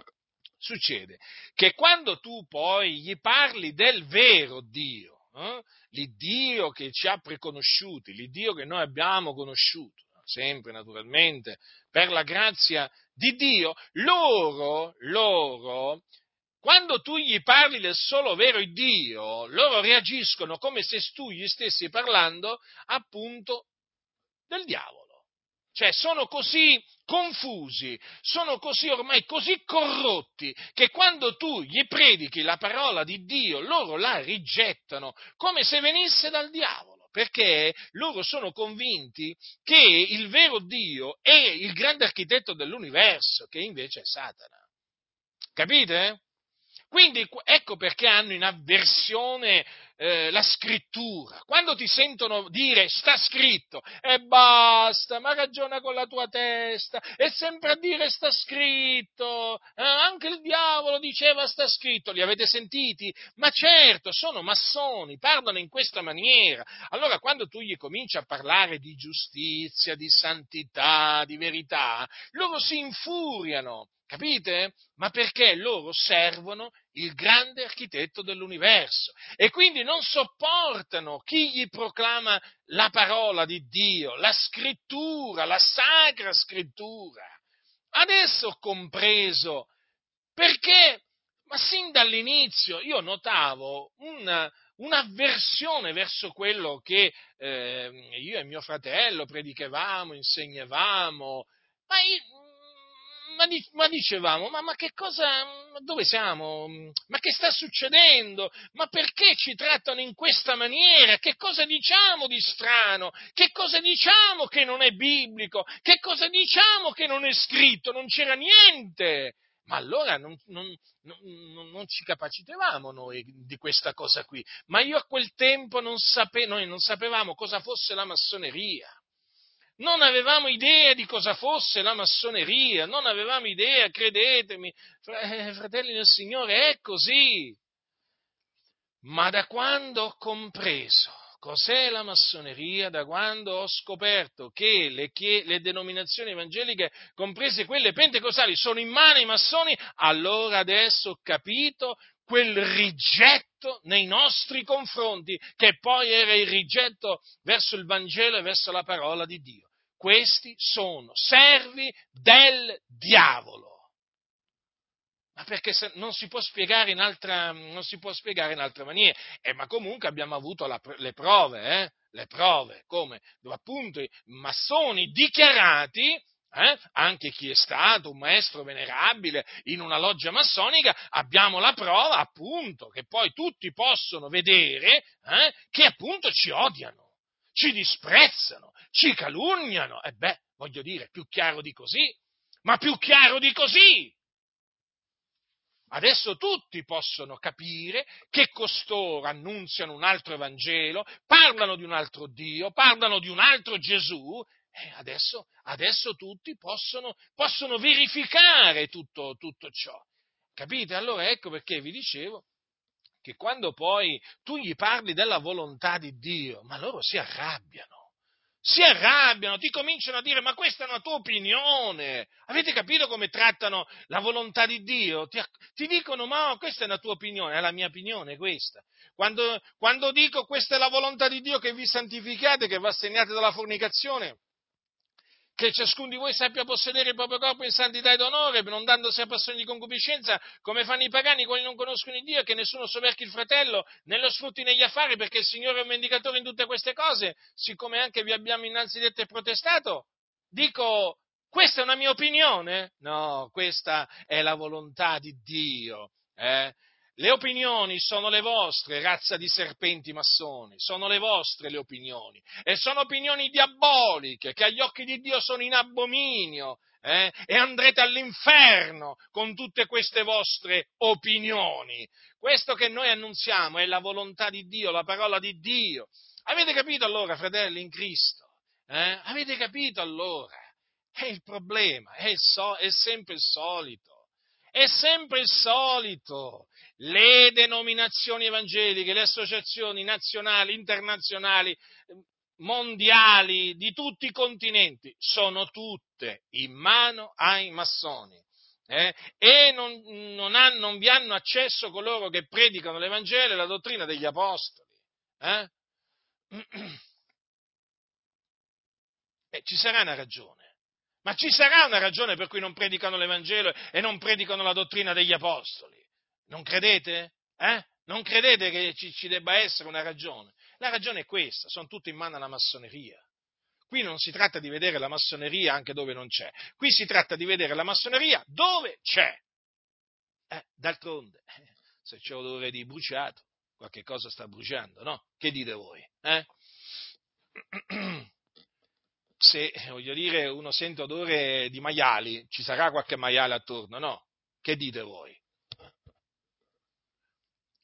Succede che quando tu poi gli parli del vero Dio, eh, l'Iddio che ci ha preconosciuti, l'Iddio che noi abbiamo conosciuto, sempre naturalmente per la grazia di Dio, loro, loro, quando tu gli parli del solo vero Dio, loro reagiscono come se tu gli stessi parlando appunto del diavolo. Cioè sono così confusi, sono così ormai così corrotti che quando tu gli predichi la parola di Dio loro la rigettano come se venisse dal diavolo, perché loro sono convinti che il vero Dio è il grande architetto dell'universo, che invece è Satana. Capite? Quindi ecco perché hanno in avversione eh, la scrittura. Quando ti sentono dire sta scritto e basta, ma ragiona con la tua testa, e sempre a dire sta scritto, eh, anche il diavolo diceva sta scritto, li avete sentiti? Ma certo, sono massoni, parlano in questa maniera. Allora quando tu gli cominci a parlare di giustizia, di santità, di verità, loro si infuriano. Capite? Ma perché loro servono il grande architetto dell'universo e quindi non sopportano chi gli proclama la parola di Dio, la scrittura, la sacra scrittura. Adesso ho compreso perché, ma sin dall'inizio io notavo una, un'avversione verso quello che eh, io e mio fratello predicavamo, insegnavamo, ma io, ma, ma dicevamo, ma, ma che cosa, dove siamo? Ma che sta succedendo? Ma perché ci trattano in questa maniera? Che cosa diciamo di strano? Che cosa diciamo che non è biblico? Che cosa diciamo che non è scritto? Non c'era niente! Ma allora non, non, non, non ci capacitavamo noi di questa cosa qui. Ma io a quel tempo non sape, noi non sapevamo cosa fosse la massoneria. Non avevamo idea di cosa fosse la massoneria, non avevamo idea, credetemi, fratelli del Signore, è così. Ma da quando ho compreso cos'è la massoneria, da quando ho scoperto che le, chie- le denominazioni evangeliche, comprese quelle pentecostali, sono in mano ai massoni, allora adesso ho capito quel rigetto nei nostri confronti, che poi era il rigetto verso il Vangelo e verso la parola di Dio. Questi sono servi del diavolo. Ma perché se, non si può spiegare in altra, non si può spiegare in altra maniera. Eh, ma comunque abbiamo avuto la, le prove, eh? Le prove, come? Dove appunto i massoni dichiarati, eh? Anche chi è stato un maestro venerabile in una loggia massonica, abbiamo la prova appunto che poi tutti possono vedere eh? Che appunto ci odiano, ci disprezzano, ci calunniano. E beh, voglio dire, più chiaro di così, ma più chiaro di così. Adesso tutti possono capire che costoro annunziano un altro Evangelo, parlano di un altro Dio, parlano di un altro Gesù, e adesso, adesso tutti possono, possono verificare tutto, tutto ciò. Capite? Allora ecco perché vi dicevo che quando poi tu gli parli della volontà di Dio, ma loro si arrabbiano. Si arrabbiano, ti cominciano a dire ma questa è una tua opinione, avete capito come trattano la volontà di Dio? Ti, ti dicono ma questa è una tua opinione, è la mia opinione questa. Quando, quando dico questa è la volontà di Dio che vi santificate, che vi assegnate dalla fornicazione, che ciascuno di voi sappia possedere il proprio corpo in santità ed onore, non dandosi a passioni di concupiscenza, come fanno i pagani, quelli non conoscono il Dio, e che nessuno soverchi il fratello, né lo sfrutti negli affari, perché il Signore è un vendicatore in tutte queste cose, siccome anche vi abbiamo innanzi detto e protestato. Dico, questa è una mia opinione? No, questa è la volontà di Dio. Eh? Le opinioni sono le vostre, razza di serpenti massoni, sono le vostre le opinioni, e sono opinioni diaboliche, che agli occhi di Dio sono in abominio, eh? E andrete all'inferno con tutte queste vostre opinioni. Questo che noi annunziamo è la volontà di Dio, la parola di Dio. Avete capito allora, fratelli in Cristo? Eh? Avete capito allora? È il problema, è, il so- è sempre il solito. È sempre il solito. Le denominazioni evangeliche, le associazioni nazionali, internazionali, mondiali, di tutti i continenti, sono tutte in mano ai massoni. Eh? E non, non, hanno, non vi hanno accesso coloro che predicano l'Evangelo e la dottrina degli Apostoli. Eh? Eh, ci sarà una ragione. Ma ci sarà una ragione per cui non predicano l'Evangelo e non predicano la dottrina degli Apostoli? Non credete? Eh? Non credete che ci, ci debba essere una ragione? La ragione è questa, sono tutti in mano alla massoneria. Qui non si tratta di vedere la massoneria anche dove non c'è, qui si tratta di vedere la massoneria dove c'è. Eh, d'altronde, eh, se c'è odore di bruciato, qualche cosa sta bruciando, no? Che dite voi? Eh? Se, voglio dire, uno sente odore di maiali, ci sarà qualche maiale attorno, no? Che dite voi?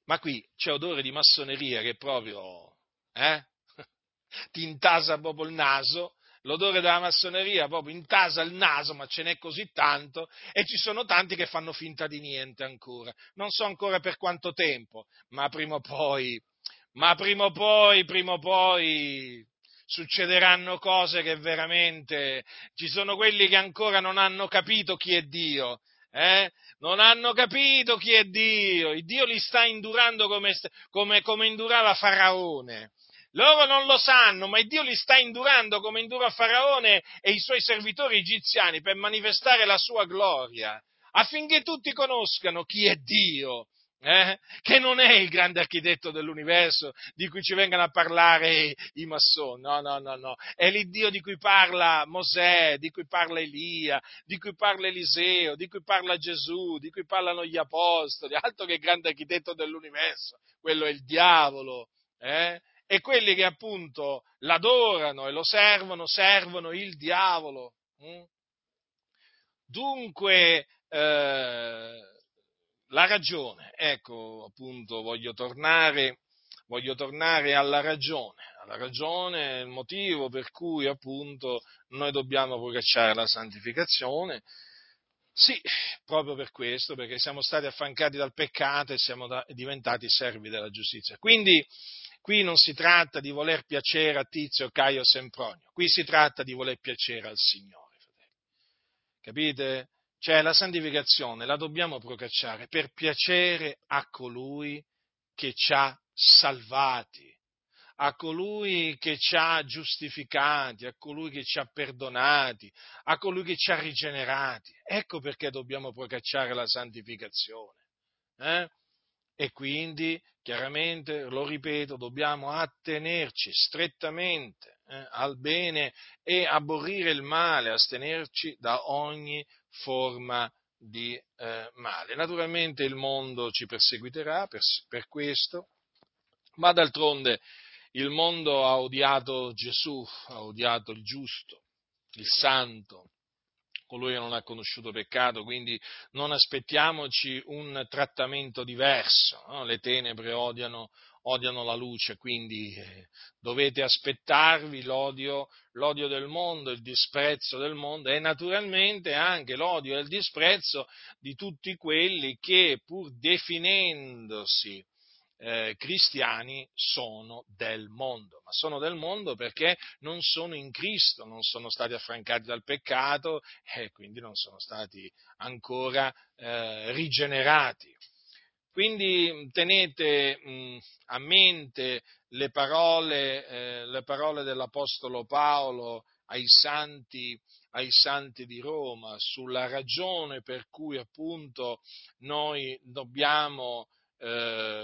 Ma qui c'è odore di massoneria che proprio, eh? Ti intasa proprio il naso, l'odore della massoneria proprio intasa il naso, ma ce n'è così tanto, e ci sono tanti che fanno finta di niente ancora. Non so ancora per quanto tempo, ma prima o poi, ma prima o poi, prima o poi succederanno cose che veramente, ci sono quelli che ancora non hanno capito chi è Dio, eh? Non hanno capito chi è Dio, il Dio li sta indurando come, come, come indurava Faraone. Loro non lo sanno, ma Dio li sta indurando come indura Faraone e i suoi servitori egiziani per manifestare la sua gloria, affinché tutti conoscano chi è Dio, eh? Che non è il grande architetto dell'universo di cui ci vengano a parlare i massoni, no, no, no, no, è l'Iddio di cui parla Mosè, di cui parla Elia, di cui parla Eliseo, di cui parla Gesù, di cui parlano gli apostoli, altro che il grande architetto dell'universo, quello è il diavolo, eh? E quelli che appunto l'adorano e lo servono, servono il diavolo. Mm? Dunque, eh, la ragione, ecco appunto, voglio tornare, voglio tornare alla ragione, alla ragione, il motivo per cui appunto noi dobbiamo procacciare la santificazione. Sì, proprio per questo, perché siamo stati affrancati dal peccato e siamo da, diventati servi della giustizia. Quindi, qui non si tratta di voler piacere a Tizio, Caio, Sempronio, qui si tratta di voler piacere al Signore, fratelli. Capite? Cioè, la santificazione la dobbiamo procacciare per piacere a colui che ci ha salvati, a colui che ci ha giustificati, a colui che ci ha perdonati, a colui che ci ha rigenerati. Ecco perché dobbiamo procacciare la santificazione. Eh? E quindi, chiaramente, lo ripeto, dobbiamo attenerci strettamente eh, al bene e aborrire il male, astenerci da ogni forma di eh, male. Naturalmente il mondo ci perseguiterà per, per questo, ma d'altronde il mondo ha odiato Gesù, ha odiato il giusto, il santo, colui che non ha conosciuto peccato, quindi non aspettiamoci un trattamento diverso, no? Le tenebre odiano, odiano la luce, quindi eh, dovete aspettarvi l'odio, l'odio del mondo, il disprezzo del mondo e naturalmente anche l'odio e il disprezzo di tutti quelli che pur definendosi Eh, cristiani sono del mondo, ma sono del mondo perché non sono in Cristo, non sono stati affrancati dal peccato e quindi non sono stati ancora eh, rigenerati. Quindi tenete mh, a mente le parole, eh, le parole dell'Apostolo Paolo ai santi, ai santi di Roma sulla ragione per cui appunto noi dobbiamo eh,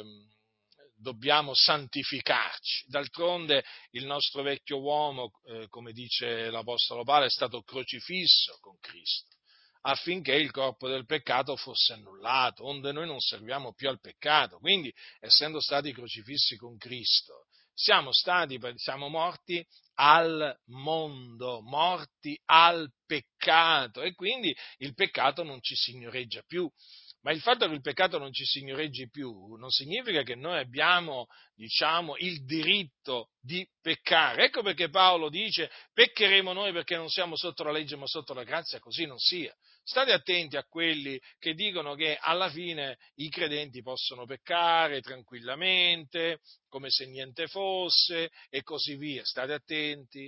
dobbiamo santificarci. D'altronde il nostro vecchio uomo, eh, come dice l'Apostolo Paolo, è stato crocifisso con Cristo, affinché il corpo del peccato fosse annullato, onde noi non serviamo più al peccato. Quindi, essendo stati crocifissi con Cristo, siamo stati, siamo morti al mondo, morti al peccato, e quindi il peccato non ci signoreggia più. Ma il fatto che il peccato non ci signoreggi più non significa che noi abbiamo, diciamo, il diritto di peccare. Ecco perché Paolo dice: peccheremo noi perché non siamo sotto la legge ma sotto la grazia, così non sia. State attenti a quelli che dicono che alla fine i credenti possono peccare tranquillamente, come se niente fosse, e così via. State attenti,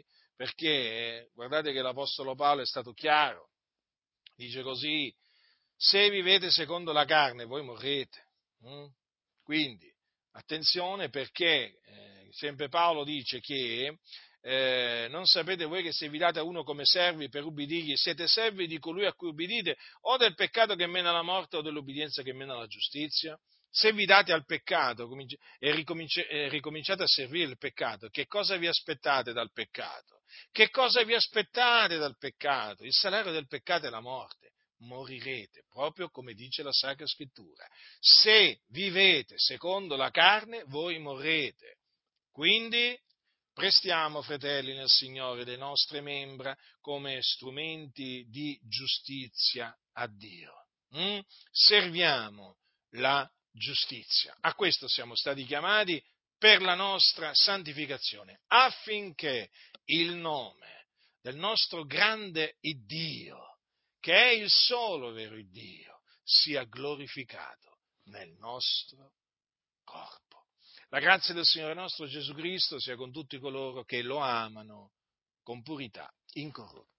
perché guardate che l'Apostolo Paolo è stato chiaro. Dice così: se vivete secondo la carne, voi morrete. Mm? Quindi, attenzione, perché eh, sempre Paolo dice che eh, non sapete voi che se vi date a uno come servi per ubbidirgli, siete servi di colui a cui ubbidite, o del peccato che mena alla morte o dell'ubbidienza che mena alla giustizia? Se vi date al peccato e ricominciate a servire il peccato, che cosa vi aspettate dal peccato? Che cosa vi aspettate dal peccato? Il salario del peccato è la morte. Morirete, proprio come dice la Sacra Scrittura. Se vivete secondo la carne, voi morrete. Quindi prestiamo, fratelli nel Signore, le nostre membra come strumenti di giustizia a Dio. Mm? Serviamo la giustizia. A questo siamo stati chiamati per la nostra santificazione, affinché il nome del nostro grande Iddio, che è il solo vero Iddio, sia glorificato nel nostro corpo. La grazia del Signore nostro Gesù Cristo sia con tutti coloro che lo amano con purità incorrotta.